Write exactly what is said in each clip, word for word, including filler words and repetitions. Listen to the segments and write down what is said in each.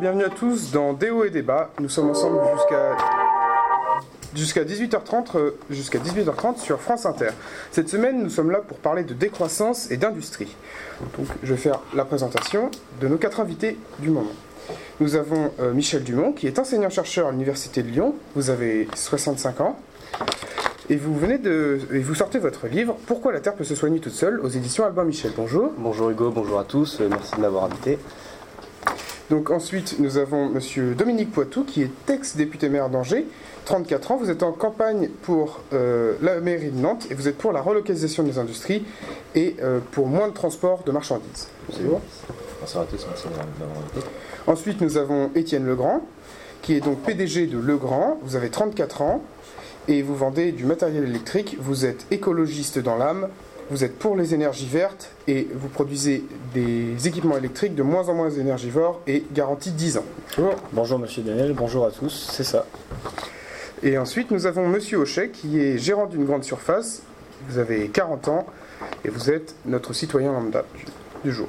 bienvenue à tous dans Déo et Débat. Nous sommes ensemble jusqu'à jusqu'à dix-huit heures trente, euh, jusqu'à dix-huit heures trente sur France Inter. Cette semaine, nous sommes là pour parler de décroissance et d'industrie. Donc, je vais faire la présentation de nos quatre invités du moment. Nous avons euh, Michel Dumont, qui est enseignant-chercheur à l'Université de Lyon. Vous avez soixante-cinq ans. Et vous venez de, et vous sortez votre livre « Pourquoi la Terre peut se soigner toute seule » aux éditions Albin Michel. Bonjour. Bonjour Hugo, bonjour à tous, merci de m'avoir invité. Donc ensuite, nous avons Monsieur Dominique Poitou, qui est ex-député maire d'Angers, trente-quatre ans. Vous êtes en campagne pour euh, la mairie de Nantes et vous êtes pour la relocalisation des industries et euh, pour moins de transport de marchandises. Bonjour. Bonsoir à tous, merci de m'avoir invité. Ensuite, nous avons Étienne Legrand, qui est donc P D G de Legrand. Vous avez trente-quatre ans et vous vendez du matériel électrique. Vous êtes écologiste dans l'âme. Vous êtes pour les énergies vertes et vous produisez des équipements électriques de moins en moins énergivores et garantis dix ans. Bonjour. Bonjour Monsieur Daniel, bonjour à tous, c'est ça. Et ensuite nous avons Monsieur Hochet qui est gérant d'une grande surface. Vous avez quarante ans et vous êtes notre citoyen lambda du jour.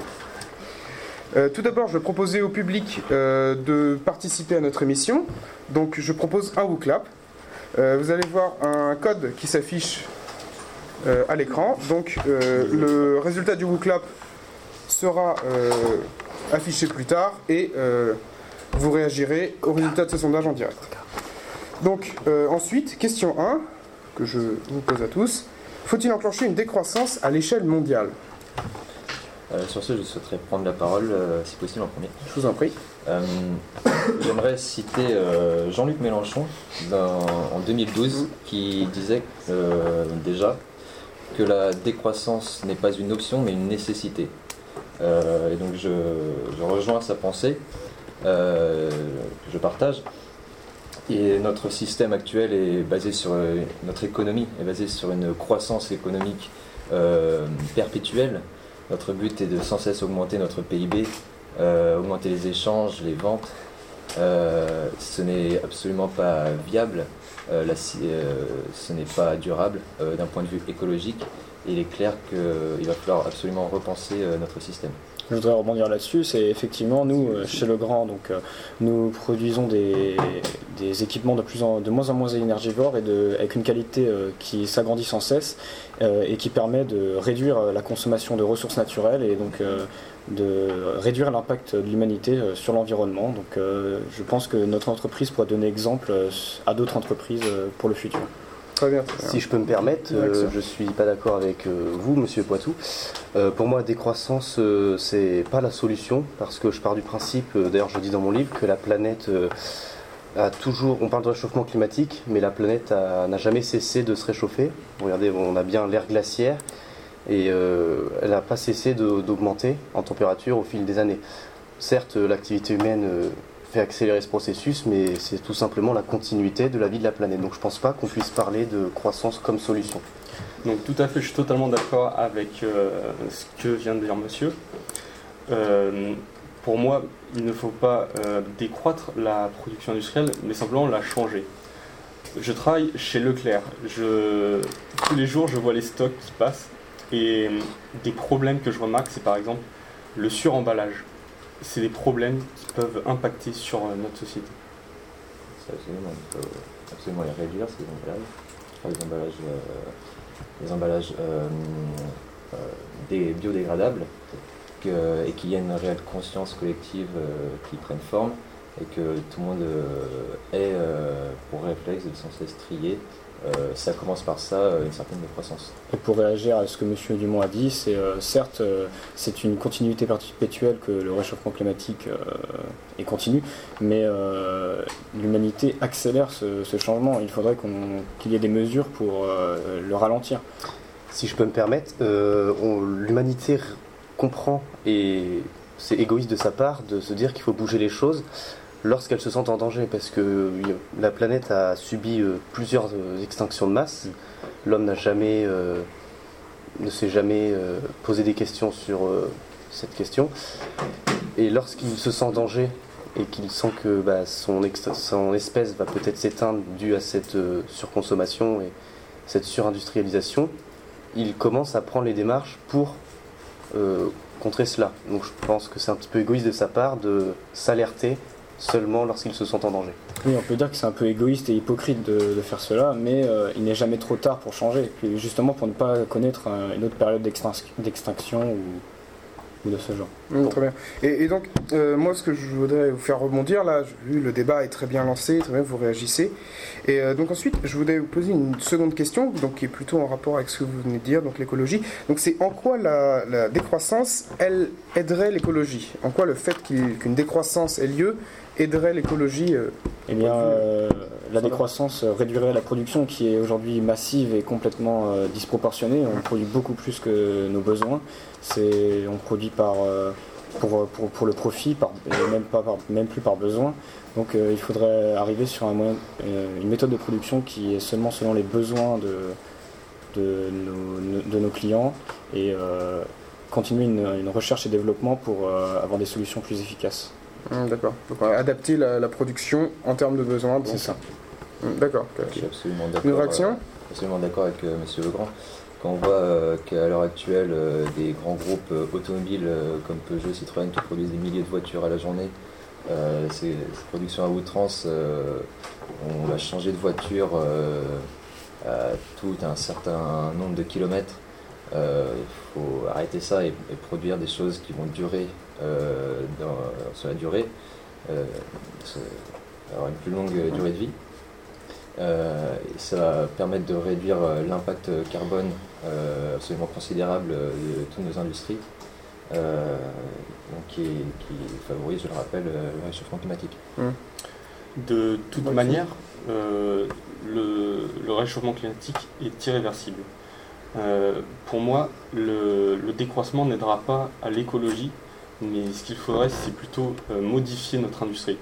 Euh, tout d'abord, je vais proposer au public euh, de participer à notre émission. Donc je propose un WooClap. Euh, vous allez voir un code qui s'affiche Euh, à l'écran. Donc euh, le résultat du WooClap sera euh, affiché plus tard et euh, vous réagirez au résultat de ce sondage en direct. Donc euh, ensuite, question un que je vous pose à tous. Faut-il enclencher une décroissance à l'échelle mondiale ? euh, Sur ce, je souhaiterais prendre la parole, euh, si possible, en premier. Je vous en prie. Euh, J'aimerais citer euh, Jean-Luc Mélenchon dans, en deux mille douze qui disait euh, déjà que la décroissance n'est pas une option mais une nécessité. Euh, et donc je, je rejoins sa pensée, euh, que je partage. Et notre système actuel est basé sur, notre économie est basée sur une croissance économique euh, perpétuelle. Notre but est de sans cesse augmenter notre P I B, euh, augmenter les échanges, les ventes. Euh, ce n'est absolument pas viable. Euh, la, euh, ce n'est pas durable euh, d'un point de vue écologique et il est clair qu'il va falloir absolument repenser euh, notre système. Je voudrais rebondir là-dessus, c'est effectivement nous, euh, chez Legrand, donc, euh, nous produisons des, des équipements de, plus en, de moins en moins énergivores et de, avec une qualité euh, qui s'agrandit sans cesse euh, et qui permet de réduire la consommation de ressources naturelles et donc euh, de réduire l'impact de l'humanité euh, sur l'environnement. Donc euh, je pense que notre entreprise pourra donner exemple euh, à d'autres entreprises euh, pour le futur. Très bien, très bien. Si je peux me permettre, euh, je ne suis pas d'accord avec euh, vous, Monsieur Poitou. Euh, pour moi, décroissance, euh, c'est pas la solution, parce que je pars du principe, euh, d'ailleurs je dis dans mon livre, que la planète euh, a toujours, on parle de réchauffement climatique, mais la planète a, n'a jamais cessé de se réchauffer. Regardez, on a bien l'ère glaciaire, et euh, elle n'a pas cessé de, d'augmenter en température au fil des années. Certes, l'activité humaine euh, fait accélérer ce processus, mais c'est tout simplement la continuité de la vie de la planète. Donc je ne pense pas qu'on puisse parler de croissance comme solution. Donc tout à fait, je suis totalement d'accord avec euh, ce que vient de dire monsieur. Euh, pour moi, il ne faut pas euh, décroître la production industrielle, mais simplement la changer. Je travaille chez Leclerc. Je, tous les jours, je vois les stocks qui passent. Et des problèmes que je remarque, c'est par exemple le suremballage. C'est des problèmes qui peuvent impacter sur notre société. C'est absolument, il faut absolument les réduire, ces emballages. Les emballages, euh, les emballages euh, euh, des biodégradables que, et qu'il y ait une réelle conscience collective euh, qui prenne forme et que tout le monde euh, ait euh, pour réflexe de sans cesse trier. Euh, ça commence par ça, euh, une certaine décroissance. Et pour réagir à ce que M. Dumont a dit, c'est euh, certes euh, c'est une continuité perpétuelle que le réchauffement climatique euh, est continu, mais euh, l'humanité accélère ce, ce changement. Il faudrait qu'on, qu'il y ait des mesures pour euh, le ralentir. Si je peux me permettre, euh, on, l'humanité comprend, et c'est égoïste de sa part, de se dire qu'il faut bouger les choses lorsqu'elles se sentent en danger, parce que la planète a subi euh, plusieurs euh, extinctions de masse. L'homme n'a jamais, euh, ne s'est jamais euh, posé des questions sur euh, cette question. Et lorsqu'il se sent en danger et qu'il sent que bah, son, ex- son espèce va peut-être s'éteindre due à cette euh, surconsommation et cette surindustrialisation, il commence à prendre les démarches pour euh, contrer cela. Donc je pense que c'est un petit peu égoïste de sa part de s'alerter seulement lorsqu'ils se sentent en danger. Oui, on peut dire que c'est un peu égoïste et hypocrite de, de faire cela, mais euh, il n'est jamais trop tard pour changer, et justement pour ne pas connaître un, une autre période d'extinction, d'extinction ou, ou de ce genre. Mmh, très bien. Et, et donc, euh, moi, ce que je voudrais vous faire rebondir, là, j'ai vu, le débat est très bien lancé, très bien, vous réagissez. Et euh, donc ensuite, je voudrais vous poser une seconde question, donc qui est plutôt en rapport avec ce que vous venez de dire, donc l'écologie. Donc c'est en quoi la, la décroissance, elle, aiderait l'écologie? En quoi le fait qu'il, qu'une décroissance ait lieu aiderait l'écologie euh, Eh bien, euh, la décroissance réduirait la production qui est aujourd'hui massive et complètement euh, disproportionnée. On produit beaucoup plus que nos besoins. C'est, on produit par, euh, pour, pour, pour le profit, par, et même, pas par, même plus par besoin. Donc euh, il faudrait arriver sur un moyen, euh, une méthode de production qui est seulement selon les besoins de, de, nos, de nos clients et euh, continuer une, une recherche et développement pour euh, avoir des solutions plus efficaces. Mmh, d'accord. Donc on va adapter la, la production en termes de besoins. Donc... C'est ça. Mmh, d'accord. Okay. Je suis absolument d'accord. Une réaction euh, Absolument d'accord avec euh, Monsieur Legrand. Quand on voit euh, qu'à l'heure actuelle, euh, des grands groupes euh, automobiles euh, comme Peugeot, Citroën, qui produisent des milliers de voitures à la journée, euh, ces, ces productions à outrance, euh, on va changer de voiture euh, à tout un certain nombre de kilomètres. Euh, il faut arrêter ça et, et produire des choses qui vont durer euh, dans, sur la durée, euh, avoir une plus longue durée de vie. Euh, et ça va permettre de réduire l'impact carbone euh, absolument considérable de toutes nos industries, euh, donc qui, qui favorise, je le rappelle, le réchauffement climatique. Mmh. De toute ouais, manière, euh, le, le réchauffement climatique est irréversible. Euh, pour moi, le, le décroissement n'aidera pas à l'écologie, mais ce qu'il faudrait, c'est plutôt euh, modifier notre industrie.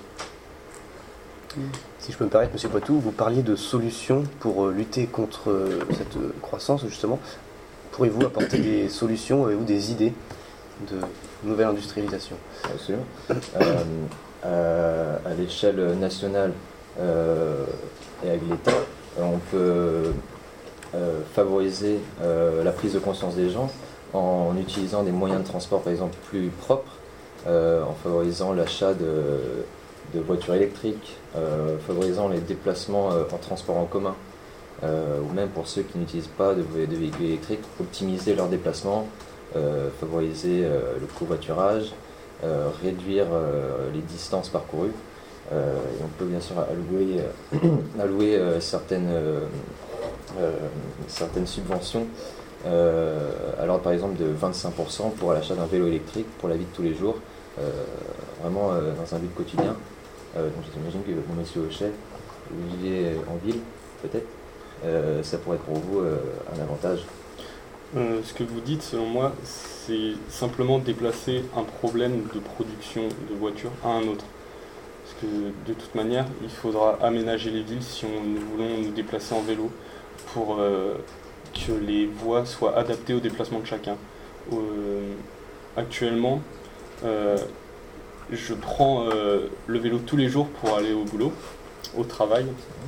Si je peux me permettre, Monsieur Poitou, vous parliez de solutions pour euh, lutter contre euh, cette euh, croissance, justement. Pourriez-vous apporter des solutions euh, ou des idées de nouvelle industrialisation? Absolument. Euh, euh, à l'échelle nationale euh, et avec l'État, on peut euh, favoriser euh, la prise de conscience des gens en utilisant des moyens de transport, par exemple, plus propres, euh, en favorisant l'achat de, de voitures électriques, euh, favorisant les déplacements euh, en transport en commun, euh, ou même pour ceux qui n'utilisent pas de, de véhicules électriques, optimiser leurs déplacements, euh, favoriser euh, le covoiturage, euh, réduire euh, les distances parcourues. Euh, et on peut bien sûr allouer, euh, allouer euh, certaines, euh, euh, certaines subventions, euh, alors par exemple de vingt-cinq pour cent pour l'achat d'un vélo électrique pour la vie de tous les jours, euh, vraiment euh, dans un but quotidien. Euh, donc j'imagine que bon, Monsieur Hochet, vous vivez en ville peut-être, euh, ça pourrait être pour vous euh, un avantage. Euh, ce que vous dites, selon moi, c'est simplement déplacer un problème de production de voitures à un autre. Parce que de toute manière, il faudra aménager les villes si on, nous voulons nous déplacer en vélo pour euh, que les voies soient adaptées au déplacement de chacun. Euh, actuellement, euh, je prends euh, le vélo tous les jours pour aller au boulot, au travail,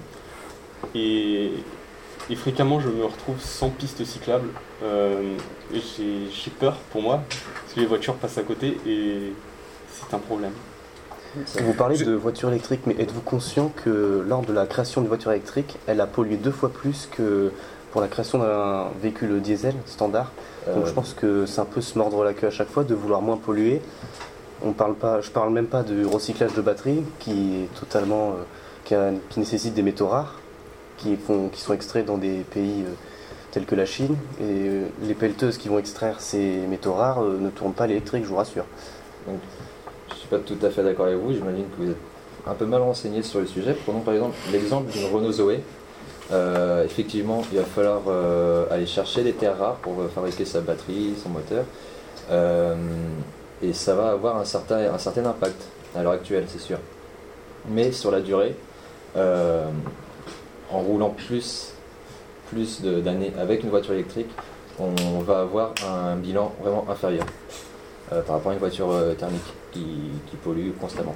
et, et fréquemment je me retrouve sans piste cyclable. Euh, et j'ai, j'ai peur pour moi, parce que les voitures passent à côté et c'est un problème. Vous parlez de voitures électriques, mais êtes-vous conscient que lors de la création d'une voiture électrique, elle a pollué deux fois plus que pour la création d'un véhicule diesel standard? Donc euh... je pense que c'est un peu se mordre la queue à chaque fois de vouloir moins polluer. On parle pas, je parle même pas du recyclage de batteries qui est totalement, euh, qui, a, qui nécessite des métaux rares, qui, font, qui sont extraits dans des pays euh, tels que la Chine. Et euh, les pelleteuses qui vont extraire ces métaux rares euh, ne tournent pas l'électrique, je vous rassure. Donc, je ne suis pas tout à fait d'accord avec vous, j'imagine que vous êtes un peu mal renseigné sur le sujet. Prenons par exemple l'exemple d'une Renault Zoé. Euh, effectivement, il va falloir euh, aller chercher des terres rares pour fabriquer sa batterie, son moteur. Euh, et ça va avoir un certain, un certain impact à l'heure actuelle, c'est sûr. Mais sur la durée, euh, en roulant plus, plus de, d'années avec une voiture électrique, on va avoir un bilan vraiment inférieur euh, par rapport à une voiture euh, thermique qui, qui pollue constamment.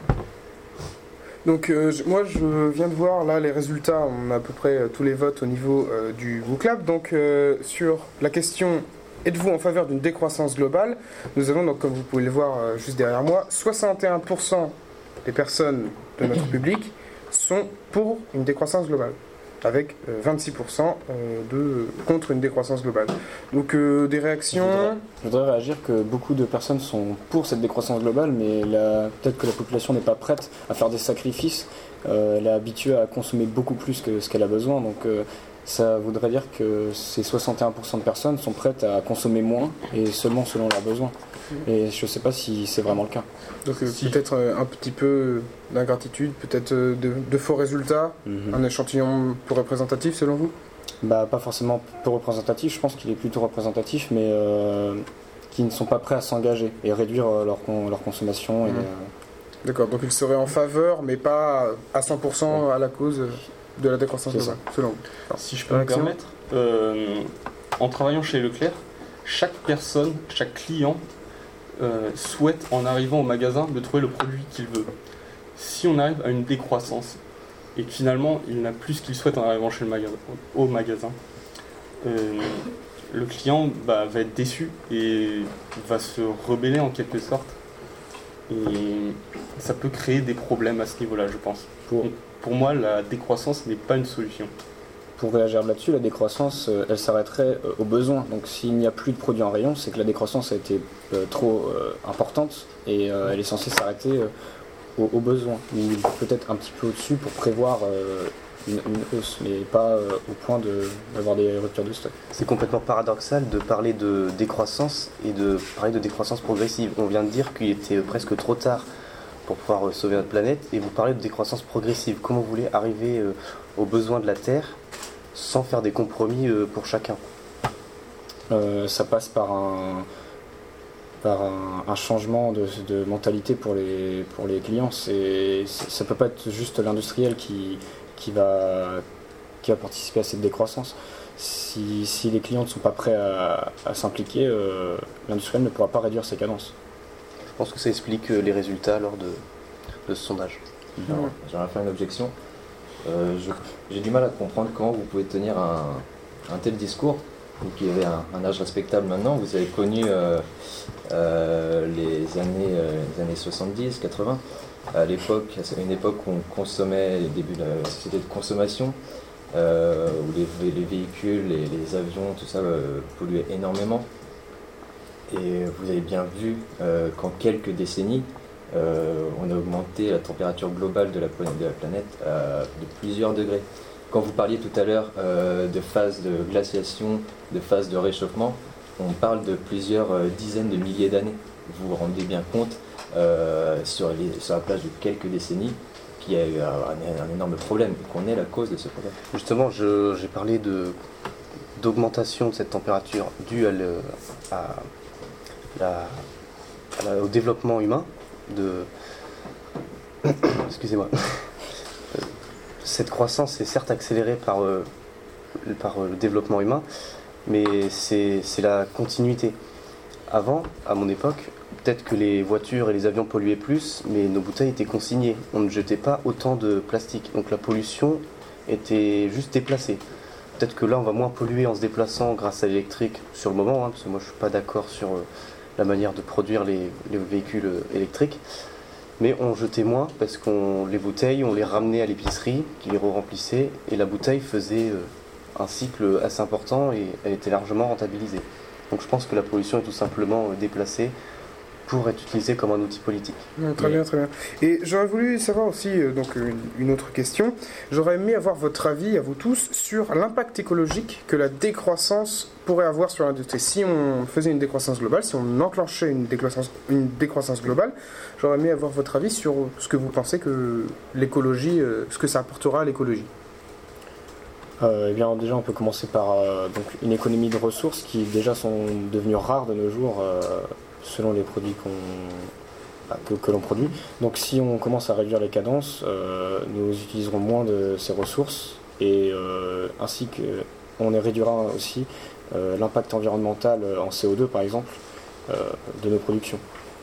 Donc euh, moi je viens de voir là les résultats, on a à peu près euh, tous les votes au niveau euh, du WooClap. Donc euh, sur la question êtes-vous en faveur d'une décroissance globale? Nous avons donc, comme vous pouvez le voir euh, juste derrière moi, soixante et un pour cent des personnes de notre public sont pour une décroissance globale, avec euh, vingt-six pour cent euh, de, contre une décroissance globale. Donc euh, des réactions... Je voudrais, je voudrais réagir que beaucoup de personnes sont pour cette décroissance globale, mais la- peut-être que la population n'est pas prête à faire des sacrifices. Euh, elle est habituée à consommer beaucoup plus que ce qu'elle a besoin. Donc euh, ça voudrait dire que ces soixante et un pour cent de personnes sont prêtes à consommer moins et seulement selon leurs besoins. Et je ne sais pas si c'est vraiment le cas. Donc euh, Si. peut-être euh, un petit peu d'ingratitude, peut-être euh, de, de faux résultats, Mhm. un échantillon peu représentatif selon vous? Bah, pas forcément peu représentatif, je pense qu'il est plutôt représentatif, mais euh, qui ne sont pas prêts à s'engager et réduire euh, leur, con- leur consommation. Et, Mhm. euh, D'accord, donc ils seraient en faveur, mais pas à cent pour cent à la cause de la décroissance C'est globale, selon vous. Alors, Si je peux me réaction permettre, euh, en travaillant chez Leclerc, chaque personne, chaque client euh, souhaite, en arrivant au magasin, de trouver le produit qu'il veut. Si on arrive à une décroissance et que finalement il n'a plus ce qu'il souhaite en arrivant chez le magasin, au magasin, euh, le client bah, va être déçu et va se rebeller en quelque sorte. Et ça peut créer des problèmes à ce niveau-là, je pense. pour, Pour moi, la décroissance n'est pas une solution. pour réagir là-dessus, la décroissance, euh, elle s'arrêterait euh, aux besoins. Donc s'il n'y a plus de produits en rayon, c'est que la décroissance a été euh, trop euh, importante et euh, elle est censée s'arrêter euh, aux, aux besoins. Ou peut-être un petit peu au-dessus pour prévoir euh, une, une hausse, mais pas euh, au point de- d'avoir des ruptures de stock. C'est complètement paradoxal de parler de décroissance et de parler de décroissance progressive. On vient de dire qu'il était presque trop tard pour pouvoir euh, sauver notre planète et vous parlez de décroissance progressive. Comment vous voulez arriver euh, aux besoins de la Terre sans faire des compromis euh, pour chacun? Euh, ça passe par un, par un, un changement de, de mentalité pour les, pour les clients. C'est, c'est- ça ne peut pas être juste l'industriel qui, qui, va, qui va participer à cette décroissance. Si, si les clients ne sont pas prêts à, à s'impliquer, euh, l'industriel ne pourra pas réduire ses cadences. Je pense que ça explique euh, les résultats lors de, de ce sondage. Alors, j'aimerais faire une objection. Euh, je- J'ai du mal à comprendre comment vous pouvez tenir un, un tel discours. Vous qui avez un, un âge respectable maintenant, vous avez connu euh, euh, les, années, euh, les années soixante-dix, quatre-vingts. À l'époque, c'est une époque où on consommait, les débuts de la société de consommation, euh, où les, les véhicules, les, les avions, tout ça euh, polluaient énormément. Et vous avez bien vu euh, qu'en quelques décennies, euh, on a augmenté la température globale de la planète, de, la planète à de plusieurs degrés. Quand vous parliez tout à l'heure euh, de phase de glaciation, de phase de réchauffement, on parle de plusieurs euh, dizaines de milliers d'années. Vous vous rendez bien compte, euh, sur, les, sur la plage de quelques décennies, qu'il y a eu un, un- un énorme problème et qu'on est la cause de ce problème. Justement, je- j'ai parlé de, d'augmentation de cette température due à le- à la- à la- au développement humain. De... Excusez-moi. Cette croissance est certes accélérée par, euh, le- par euh, le développement humain, mais c'est c'est la continuité. Avant, à mon époque, peut-être que les voitures et les avions polluaient plus, mais nos bouteilles étaient consignées. On ne jetait pas autant de plastique. Donc la pollution était juste déplacée. Peut-être que là, on va moins polluer en se déplaçant grâce à l'électrique sur le moment, hein, parce que moi, je ne suis pas d'accord sur euh, la manière de produire les, les véhicules euh, électriques. Mais on jetait moins parce que les bouteilles, on les ramenait à l'épicerie, qui les re-remplissait, et la bouteille faisait euh, un cycle assez important et elle était largement rentabilisée. Donc je pense que la pollution est tout simplement euh, déplacée pour être utilisée comme un outil politique. Ouais, Très bien, très bien. Et j'aurais voulu savoir aussi, euh, donc une, une autre question. J'aurais aimé avoir votre avis, à vous tous, sur l'impact écologique que la décroissance pourrait avoir sur l'industrie. Si on faisait une décroissance globale, si on enclenchait une décroissance, une décroissance globale, j'aurais aimé avoir votre avis sur ce que vous pensez que l'écologie, euh, ce que ça apportera à l'écologie. Euh, eh bien, déjà, on peut commencer par euh, donc, une économie de ressources qui déjà sont devenues rares de nos jours euh, selon les produits qu'on, bah, que, que l'on produit. Donc si on commence à réduire les cadences, euh, nous utiliserons moins de ces ressources et euh, ainsi qu'on réduira aussi euh, l'impact environnemental en C O deux par exemple euh, de nos productions.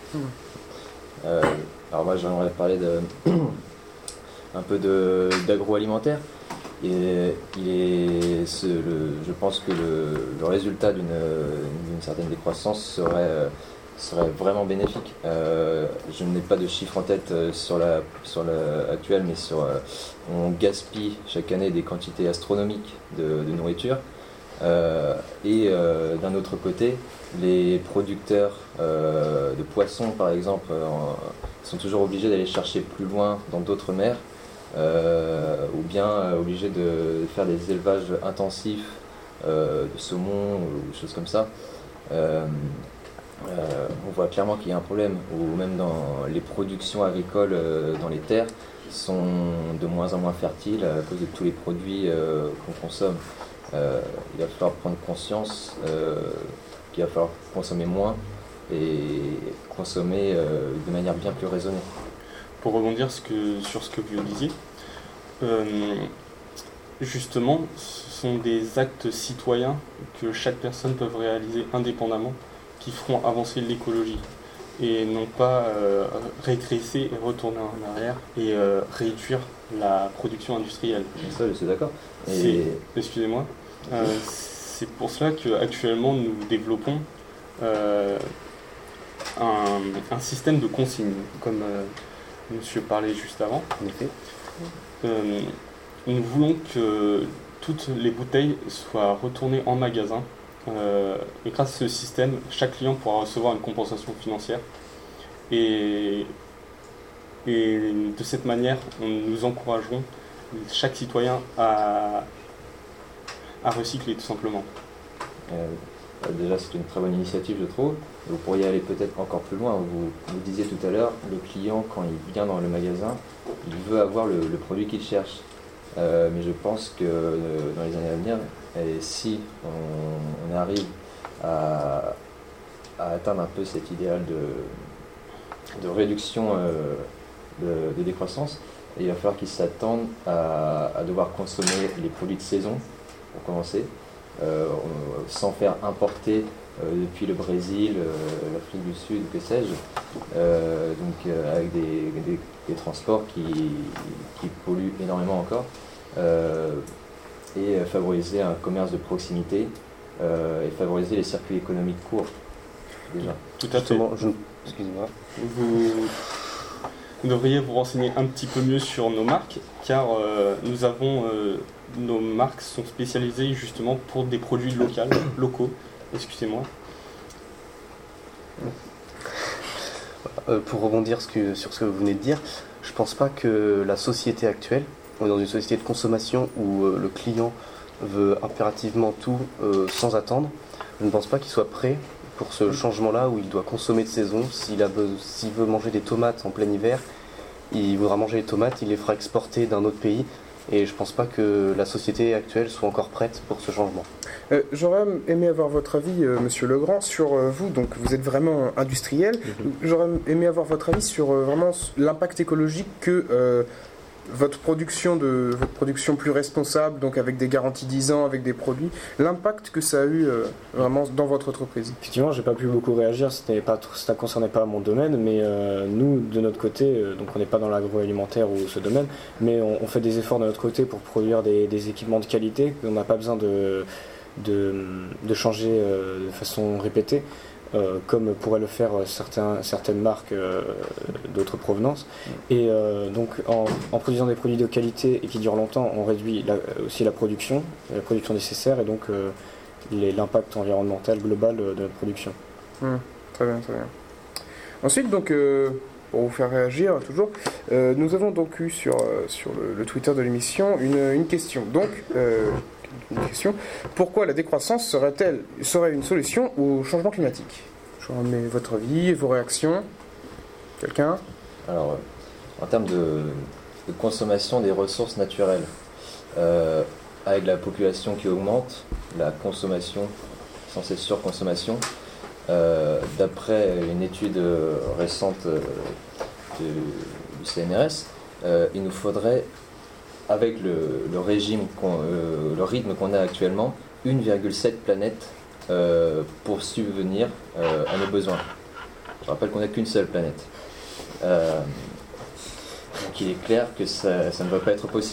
Euh, alors moi j'aimerais parler de un peu de, d'agroalimentaire. Et il est, ce, le, je pense que le, le résultat d'une, d'une certaine décroissance serait, serait vraiment bénéfique. Euh, je n'ai pas de chiffre en tête sur la, sur la actuelle, mais sur, on gaspille chaque année des quantités astronomiques de, de nourriture. Euh, et euh, d'un autre côté, les producteurs euh, de poissons, par exemple, en, sont toujours obligés d'aller chercher plus loin dans d'autres mers. Euh, ou bien euh, obligé de faire des élevages intensifs euh, de saumon ou choses comme ça. Euh, euh, on voit clairement qu'il y a un problème, ou même dans les productions agricoles euh, dans les terres sont de moins en moins fertiles à cause de tous les produits euh, qu'on consomme. Euh, il va falloir prendre conscience euh, qu'il va falloir consommer moins et consommer euh, de manière bien plus raisonnée. Pour rebondir ce que, sur ce que vous disiez, euh, justement, ce sont des actes citoyens que chaque personne peut réaliser indépendamment qui feront avancer l'écologie et non pas euh, régresser et retourner en arrière et euh, réduire la production industrielle. Ça, je suis d'accord. Et... Excusez-moi. Euh, c'est pour cela qu'actuellement nous développons euh, un, un système de consigne, comme euh, monsieur parlait juste avant. En effet. Euh, nous voulons que toutes les bouteilles soient retournées en magasin euh, et grâce à ce système, chaque client pourra recevoir une compensation financière et, et de cette manière, nous encouragerons chaque citoyen à, à recycler tout simplement. Euh, déjà, c'est une très bonne initiative, je trouve. Vous pourriez aller peut-être encore plus loin. Vous, vous disiez tout à l'heure, le client, quand il vient dans le magasin, il veut avoir le, le produit qu'il cherche. Euh, mais je pense que euh, dans les années à venir, et si on, on arrive à, à atteindre un peu cet idéal de, de réduction euh, de, de décroissance, il va falloir qu'ils s'attendent à, à devoir consommer les produits de saison, pour commencer, euh, sans faire importer Euh, depuis le Brésil, euh, l'Afrique du Sud, que sais-je, euh, donc euh, avec des, des, des transports qui, qui polluent énormément encore, euh, et favoriser un commerce de proximité euh, et favoriser les circuits économiques courts, déjà. Tout à fait. Je... Excusez-moi. Vous... vous devriez vous renseigner un petit peu mieux sur nos marques, car euh, nous avons, euh, nos marques sont spécialisées justement pour des produits locaux, locaux. Excusez-moi. Euh, pour rebondir ce que, sur ce que vous venez de dire, je pense pas que la société actuelle, on est dans une société de consommation où euh, le client veut impérativement tout euh, sans attendre. Je ne pense pas qu'il soit prêt pour ce changement-là où il doit consommer de saison. S'il a be- s'il veut manger des tomates en plein hiver, il voudra manger les tomates, il les fera exporter d'un autre pays. Et je pense pas que la société actuelle soit encore prête pour ce changement. Euh, j'aurais aimé avoir votre avis, euh, Monsieur Legrand, sur euh, vous. Donc, vous êtes vraiment industriel. Mm-hmm. J'aurais aimé avoir votre avis sur euh, vraiment l'impact écologique que euh, votre production de votre production plus responsable, donc avec des garanties dix ans, avec des produits, l'impact que ça a eu euh, vraiment dans votre entreprise. Effectivement, j'ai pas pu beaucoup réagir. C'était pas, ça concernait pas mon domaine, mais euh, nous, de notre côté, euh, donc on n'est pas dans l'agroalimentaire ou ce domaine, mais on, on fait des efforts de notre côté pour produire des, des équipements de qualité. On n'a pas besoin de de, de changer euh, de façon répétée. Euh, comme pourraient le faire certains, certaines marques euh, d'autres provenances. Et euh, donc en, en produisant des produits de qualité et qui durent longtemps, on réduit la, aussi la production, la production nécessaire et donc euh, les, l'impact environnemental global de notre production. Mmh, très bien, très bien. Ensuite, donc, euh, pour vous faire réagir toujours, euh, nous avons donc eu sur, euh, sur le, le Twitter de l'émission une, une question. Donc, euh, Une question. Pourquoi la décroissance serait-elle serait une solution au changement climatique? Je vous remets votre avis et vos réactions. Quelqu'un? Alors, en termes de, de consommation des ressources naturelles, euh, avec la population qui augmente, la consommation, sans cesse surconsommation, euh, d'après une étude récente euh, de, du C N R S, euh, il nous faudrait, avec le, le régime, qu'on, euh, le rythme qu'on a actuellement, une virgule sept planètes euh, pour subvenir euh, à nos besoins. Je rappelle qu'on n'a qu'une seule planète. Euh, donc il est clair que ça, ça ne va pas être possible.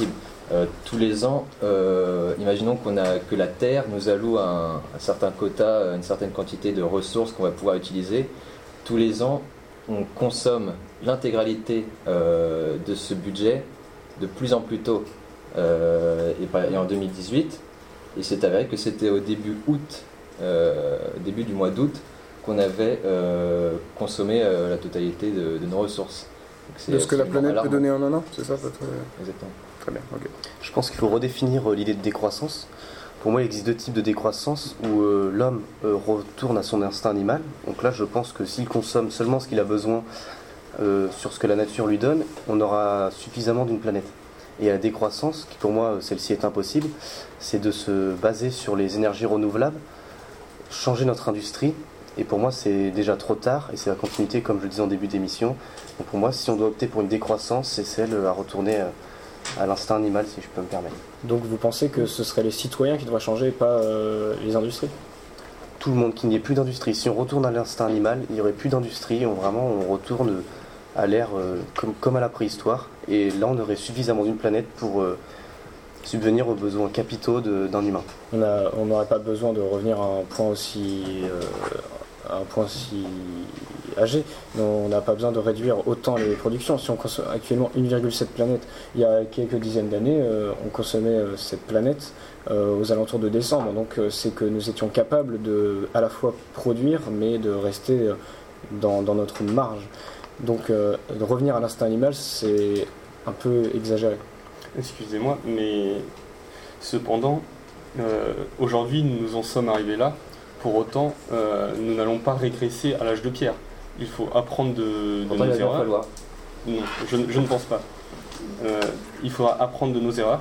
Euh, tous les ans, euh, imaginons qu'on a, que la Terre nous alloue un, un certain quota, une certaine quantité de ressources qu'on va pouvoir utiliser. Tous les ans, on consomme l'intégralité euh, de ce budget de plus en plus tôt. Euh, et, par, et en deux mille dix-huit, il s'est avéré que c'était au début août, euh, début du mois d'août, qu'on avait euh, consommé euh, la totalité de, de nos ressources. Donc, de ce que la planète alarmant. peut donner en un an, c'est ça peut-être... Exactement. Très bien, ok. Je pense qu'il faut redéfinir euh, l'idée de décroissance. Pour moi, il existe deux types de décroissance où euh, l'homme euh, retourne à son instinct animal. Donc là, je pense que s'il consomme seulement ce qu'il a besoin euh, sur ce que la nature lui donne, on aura suffisamment d'une planète. Et la décroissance, qui pour moi, celle-ci est impossible, c'est de se baser sur les énergies renouvelables, changer notre industrie. Et pour moi, c'est déjà trop tard, et c'est la continuité, comme je le disais en début d'émission. Donc pour moi, si on doit opter pour une décroissance, c'est celle à retourner à l'instinct animal, si je peux me permettre. Donc vous pensez que ce seraient les citoyens qui devraient changer, pas euh, les industries ? Tout le monde, qu'il n'y ait plus d'industrie. Si on retourne à l'instinct animal, il n'y aurait plus d'industrie, on, vraiment on retourne à l'ère euh, comme, comme à la préhistoire. Et là, on aurait suffisamment d'une planète pour euh, subvenir aux besoins capitaux de, d'un humain. On n'aurait pas besoin de revenir à un point aussi... Euh, un point si âgé, on n'a pas besoin de réduire autant les productions. Si on consomme actuellement une virgule sept planètes, il y a quelques dizaines d'années, euh, on consommait euh, cette planète euh, aux alentours de décembre. Donc euh, c'est que nous étions capables de à la fois produire, mais de rester euh, dans, dans notre marge. Donc euh, de revenir à l'instinct animal, c'est un peu exagéré. Excusez-moi, mais cependant, euh, aujourd'hui nous en sommes arrivés là. Pour autant, euh, nous n'allons pas régresser à l'âge de pierre. Il faut apprendre de, de nos erreurs. Non, je, je ne pense pas. Euh, il faudra apprendre de nos erreurs,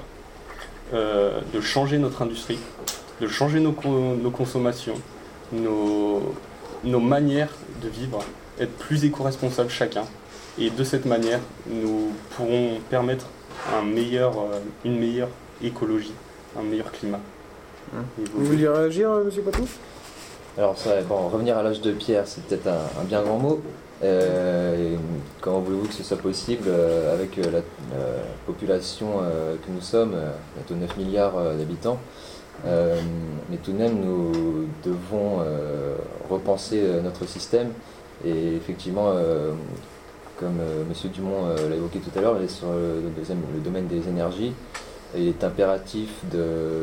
euh, de changer notre industrie, de changer nos, nos consommations, nos, nos manières de vivre, être plus éco-responsables chacun. Et de cette manière, nous pourrons permettre un meilleur, une meilleure écologie, un meilleur climat. Hum. Vous vouliez réagir, M. Poitou ? Alors, ça, bon, revenir à l'âge de pierre, c'est peut-être un, un bien grand mot. Euh, et comment voulez-vous que ce soit possible euh, avec euh, la, la population euh, que nous sommes, euh, bientôt neuf milliards euh, d'habitants. Euh, mais tout de même, nous devons euh, repenser euh, notre système. Et effectivement, euh, comme euh, M. Dumont euh, l'a évoqué tout à l'heure, sur le, deuxième, le domaine des énergies, il est impératif de,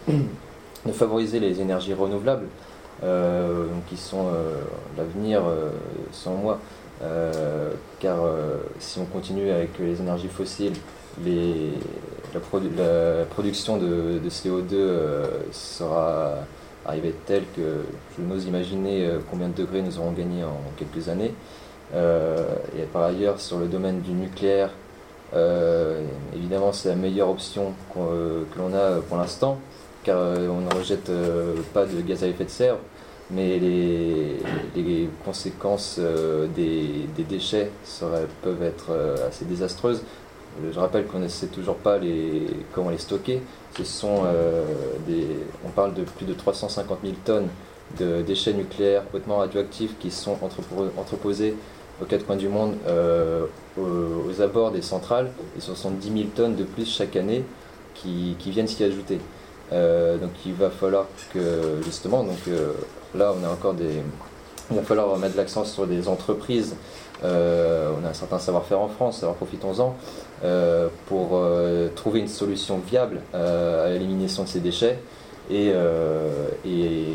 de favoriser les énergies renouvelables. Euh, qui sont euh, l'avenir euh, sans moi, euh, car euh, si on continue avec les énergies fossiles, les, la, produ la production de, de C O deux euh, sera arrivée telle que je n'ose imaginer euh, combien de degrés nous aurons gagné en quelques années. Euh, et par ailleurs, sur le domaine du nucléaire, euh, évidemment c'est la meilleure option qu'on, euh, que l'on a pour l'instant, car euh, on ne rejette euh, pas de gaz à effet de serre, mais les, les conséquences euh, des, des déchets seraient, peuvent être euh, assez désastreuses. Je rappelle qu'on ne sait toujours pas les, comment les stocker. Ce sont, euh, des, on parle de plus de trois cent cinquante mille tonnes de déchets nucléaires hautement radioactifs qui sont entreposés aux quatre coins du monde, euh, aux, aux abords des centrales, et ce sont dix mille tonnes de plus chaque année qui, qui viennent s'y ajouter. Euh, donc il va falloir que justement, donc euh, là on a encore des, il va falloir mettre l'accent sur des entreprises. Euh, on a un certain savoir-faire en France, alors profitons-en euh, pour euh, trouver une solution viable euh, à l'élimination de ces déchets et, euh, et,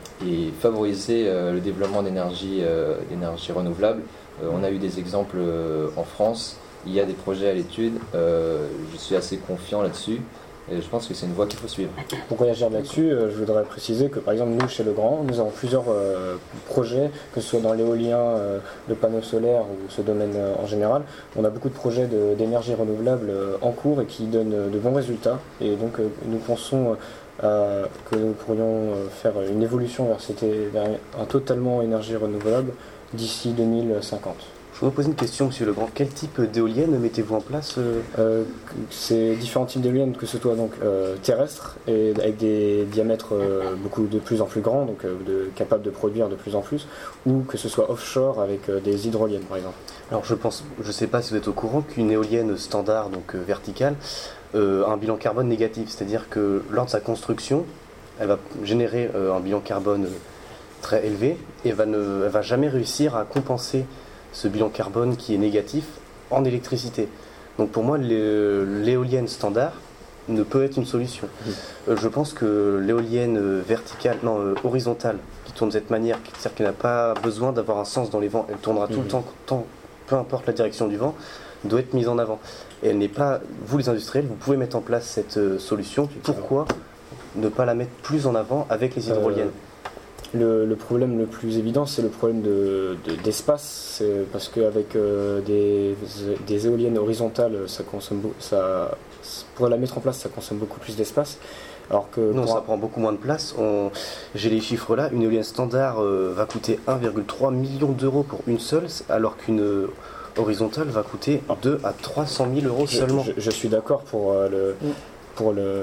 et favoriser euh, le développement d'énergie, euh, d'énergie renouvelable. Euh, on a eu des exemples euh, en France, il y a des projets à l'étude, euh, je suis assez confiant là-dessus. Et je pense que c'est une voie qu'il faut suivre. Pour réagir là-dessus, euh, je voudrais préciser que par exemple nous chez Legrand, nous avons plusieurs euh, projets, que ce soit dans l'éolien, euh, le panneau solaire ou ce domaine euh, en général. On a beaucoup de projets de, d'énergie renouvelable euh, en cours et qui donnent euh, de bons résultats. Et donc euh, nous pensons euh, que nous pourrions euh, faire une évolution vers, cette, vers un totalement énergie renouvelable d'ici deux mille cinquante. Je voudrais poser une question, Monsieur Legrand. Quel type d'éolienne mettez-vous en place euh... Euh, C'est différents types d'éoliennes, que ce soit donc euh, terrestres et avec des diamètres euh, beaucoup de plus en plus grands, donc euh, de, capables de produire de plus en plus, ou que ce soit offshore avec euh, des hydroliennes, par exemple. Alors je pense, je sais pas si vous êtes au courant qu'une éolienne standard, donc euh, verticale, euh, un bilan carbone négatif. C'est-à-dire que lors de sa construction, elle va générer euh, un bilan carbone euh, très élevé et va ne elle va jamais réussir à compenser ce bilan carbone qui est négatif en électricité. Donc pour moi, l'éolienne standard ne peut être une solution. Mmh. Euh, je pense que l'éolienne verticale, non, euh, horizontale, qui tourne de cette manière, c'est-à-dire qu'elle n'a pas besoin d'avoir un sens dans les vents, elle tournera mmh. tout le temps, tant, peu importe la direction du vent, doit être mise en avant. Et elle n'est pas, vous les industriels, vous pouvez mettre en place cette euh, solution. Pourquoi ne pas la mettre plus en avant avec les hydroliennes ? euh, le, le problème le plus évident, c'est le problème de, de, d'espace. C'est parce qu'avec euh, des, des éoliennes horizontales, ça consomme, ça, pour la mettre en place, ça consomme beaucoup plus d'espace. Alors que non, ça un... prend beaucoup moins de place. On... J'ai les chiffres là. Une éolienne standard euh, va coûter un virgule trois million d'euros pour une seule, alors qu'une euh, horizontale va coûter deux à trois cent mille euros je, seulement. Je, je suis d'accord pour euh, le pour le.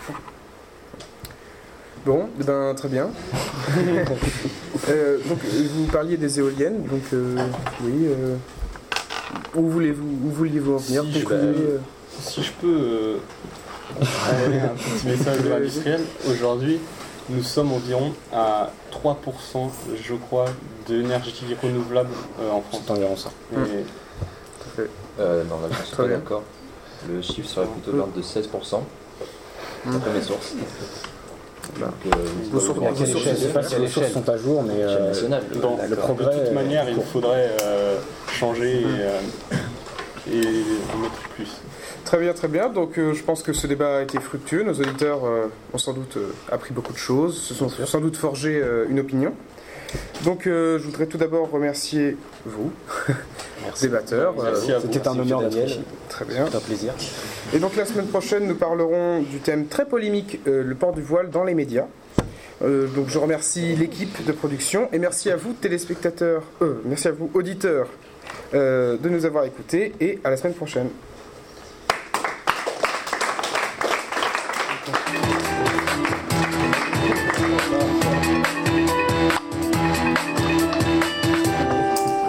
Bon, ben très bien. euh, donc vous parliez des éoliennes, donc euh, oui. Euh, où voulez-vous, où vouliez-vous en venir si, je, bah, euh... si je peux. Euh... un petit message de l'industriel. Aujourd'hui, nous sommes environ à trois pour cent, je crois, d'énergie renouvelable euh, en France. C'est environ ça. Et... Mmh. Euh, non, là, je ne suis pas d'accord. Le chiffre serait plutôt de l'ordre de seize pour cent, d'après mes sources. Donc, euh, vos sources, je ne sais pas si les sources sont à jour, mais euh, bon, le progrès, de toute manière, il faudrait euh, changer et, euh, et en mettre plus. Très bien, très bien. Donc euh, je pense que ce débat a été fructueux. Nos auditeurs euh, ont sans doute euh, appris beaucoup de choses, se sont sans doute forgé euh, une opinion. Donc euh, je voudrais tout d'abord remercier vous, débatteurs. Merci à vous. C'était un honneur d'être ici. Très bien. C'est un plaisir. Et donc la semaine prochaine, nous parlerons du thème très polémique, euh, le port du voile dans les médias. Euh, donc je remercie l'équipe de production et merci à vous téléspectateurs, euh, merci à vous auditeurs euh, de nous avoir écoutés et à la semaine prochaine. Thank you.